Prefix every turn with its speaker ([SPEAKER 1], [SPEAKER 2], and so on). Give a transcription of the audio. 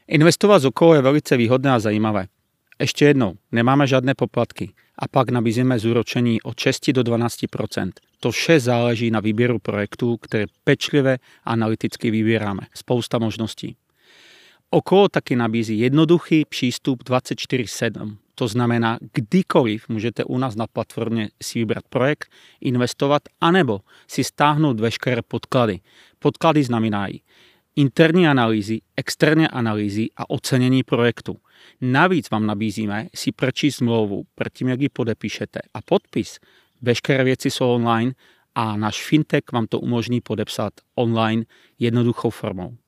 [SPEAKER 1] Investovat z okolo je velice výhodné a zajímavé. Ještě jednou, nemáme žádné poplatky a pak nabízíme zúročení od 6 do 12%. To vše záleží na výběru projektů, které pečlivě a analyticky vybíráme. Spousta možností. Okolo taky nabízí jednoduchý přístup 24/7. To znamená, kdykoliv můžete u nás na platformě si vybrat projekt, investovat, anebo si stáhnout veškeré podklady. Podklady znamenají interní analýzy, externí analýzy a ocenění projektu. Navíc vám nabízíme si přečíst smlouvu předtím, jak ji podepíšete a podpis. Veškeré věci jsou online a náš fintech vám to umožní podepsat online jednoduchou formou.